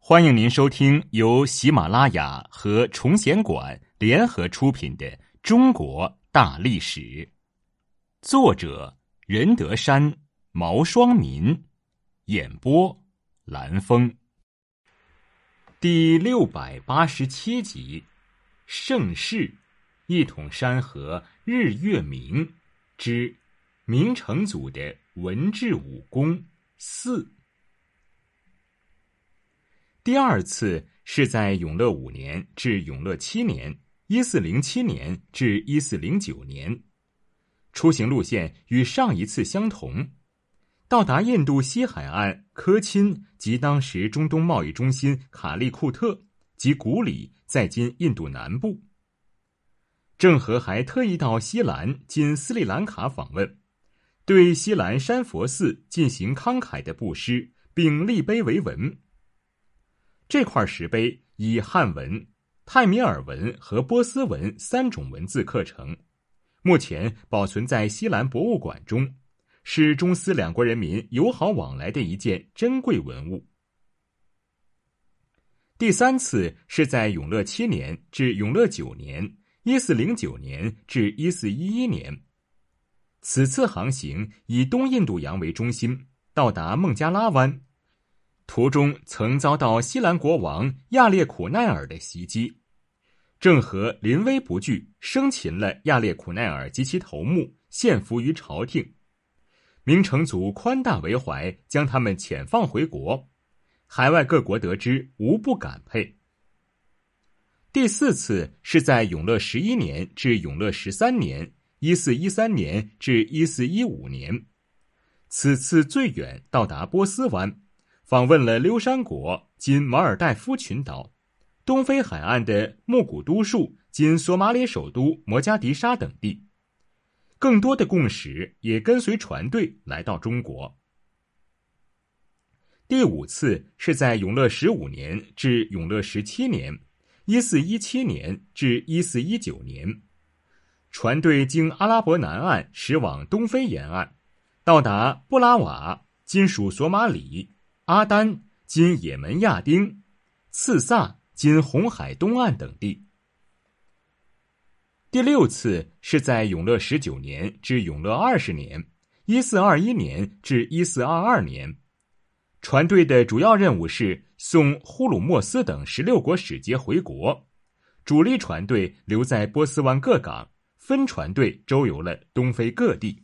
欢迎您收听由喜马拉雅和崇贤馆联合出品的《中国大历史》，作者任德山、毛双民，演播蓝峰。第687集：盛世一统山河日月明之明成祖的文治武功4。第二次是在永乐5年至永乐7年 （1407 年至1409年），出行路线与上一次相同，到达印度西海岸科钦及当时中东贸易中心卡利库特及古里在今印度南部。郑和还特意到西兰今斯里兰卡访问，对西兰山佛寺进行慷慨的布施，并立碑为文。这块石碑以汉文、泰米尔文和波斯文3种文字刻成，目前保存在西兰博物馆中，是中斯两国人民友好往来的一件珍贵文物。第三次是在永乐7年至永乐9年 （1409 年至1411年），此次航行以东印度洋为中心，到达孟加拉湾。途中曾遭到西兰国王亚列苦奈尔的袭击，郑和临危不惧，生擒了亚列苦奈尔及其头目，献俘于朝廷。明成祖宽大为怀，将他们遣放回国。海外各国得知，无不感佩。第四次是在永乐11年至永乐13年 （1413 年至1415年），此次最远到达波斯湾，访问了溜山国今马尔代夫群岛、东非海岸的木古都树今索马里首都摩加迪沙等地。更多的贡使也跟随船队来到中国。第五次是在永乐15年至永乐17年 （1417 年至1419年），船队经阿拉伯南岸驶往东非沿岸，到达布拉瓦今属索马里、阿丹今也门亚丁、次萨今红海东岸等地。第六次是在永乐19年至永乐20年 （1421 年至1422年），船队的主要任务是送呼鲁墨斯等16国使节回国，主力船队留在波斯湾各港，分船队周游了东非各地。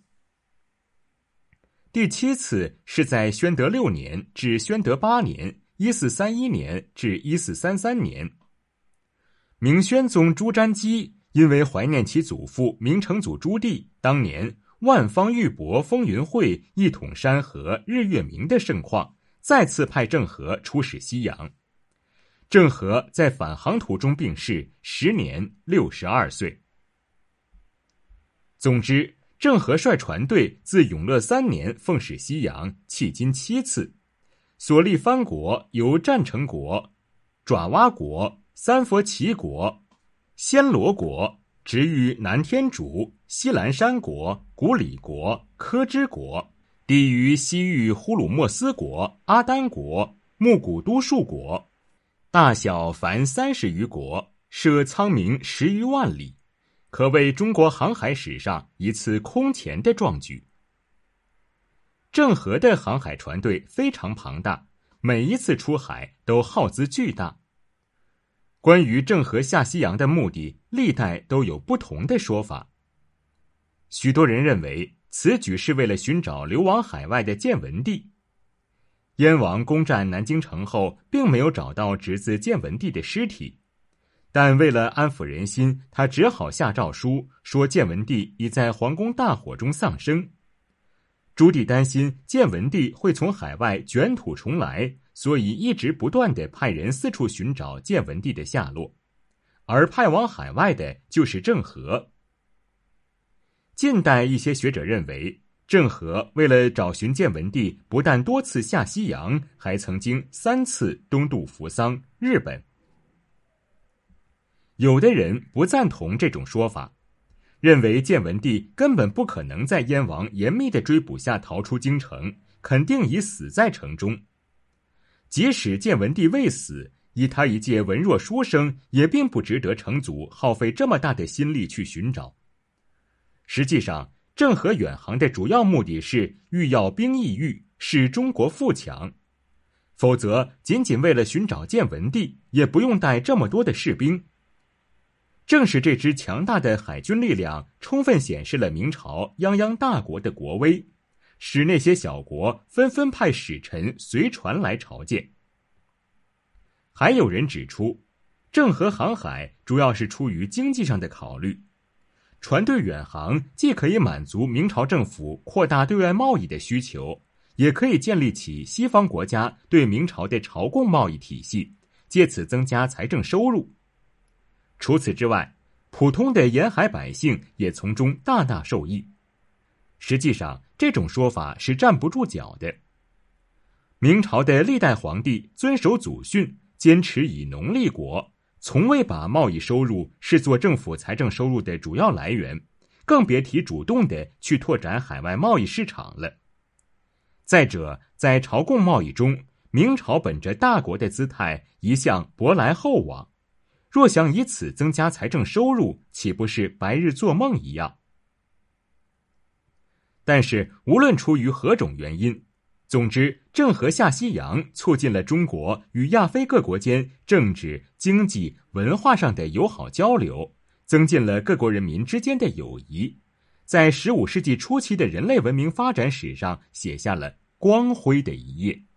第七次是在宣德6年至宣德8年 （1431 年至1433年），明宣宗朱瞻基因为怀念其祖父明成祖朱棣当年万方玉帛风云会一统山河日月明的盛况，再次派郑和出使西洋。郑和在返航途中病逝，时年62岁。总之，郑和率船队自永乐3年奉使西洋，迄今7次，所历藩国由占城国、爪哇国、三佛齐国、暹罗国，直遇南天竺、西兰山国、古里国、科支国，抵于西域呼鲁墨斯国、阿丹国、木古都树国，大小凡30余国，涉苍冥10余万里，可谓中国航海史上一次空前的壮举。郑和的航海船队非常庞大，每一次出海都耗资巨大。关于郑和下西洋的目的，历代都有不同的说法。许多人认为此举是为了寻找流亡海外的建文帝。燕王攻占南京城后，并没有找到侄子建文帝的尸体，但为了安抚人心，他只好下诏书说建文帝已在皇宫大火中丧生。朱棣担心建文帝会从海外卷土重来，所以一直不断地派人四处寻找建文帝的下落，而派往海外的就是郑和。近代一些学者认为，郑和为了找寻建文帝，不但多次下西洋，还曾经3次东渡扶桑、日本。有的人不赞同这种说法，认为建文帝根本不可能在燕王严密的追捕下逃出京城，肯定已死在城中。 即使建文帝未死，以他一介文弱书生，也并不值得成祖耗费这么大的心力去寻找。实际上，郑和远航的主要目的是欲要兵易域，使中国富强。否则，仅仅为了寻找建文帝，也不用带这么多的士兵。正是这支强大的海军力量，充分显示了明朝泱泱大国的国威，使那些小国纷纷派使臣随船来朝见。还有人指出，郑和航海主要是出于经济上的考虑。船队远航既可以满足明朝政府扩大对外贸易的需求，也可以建立起西方国家对明朝的朝贡贸易体系，借此增加财政收入。除此之外，普通的沿海百姓也从中大大受益。实际上，这种说法是站不住脚的。明朝的历代皇帝遵守祖训，坚持以农立国，从未把贸易收入视作政府财政收入的主要来源，更别提主动的去拓展海外贸易市场了。再者，在朝贡贸易中，明朝本着大国的姿态，一向薄来厚往，若想以此增加财政收入，岂不是白日做梦一样？但是，无论出于何种原因，总之，郑和下西洋促进了中国与亚非各国间政治、经济、文化上的友好交流，增进了各国人民之间的友谊，在15世纪初期的人类文明发展史上写下了光辉的一页。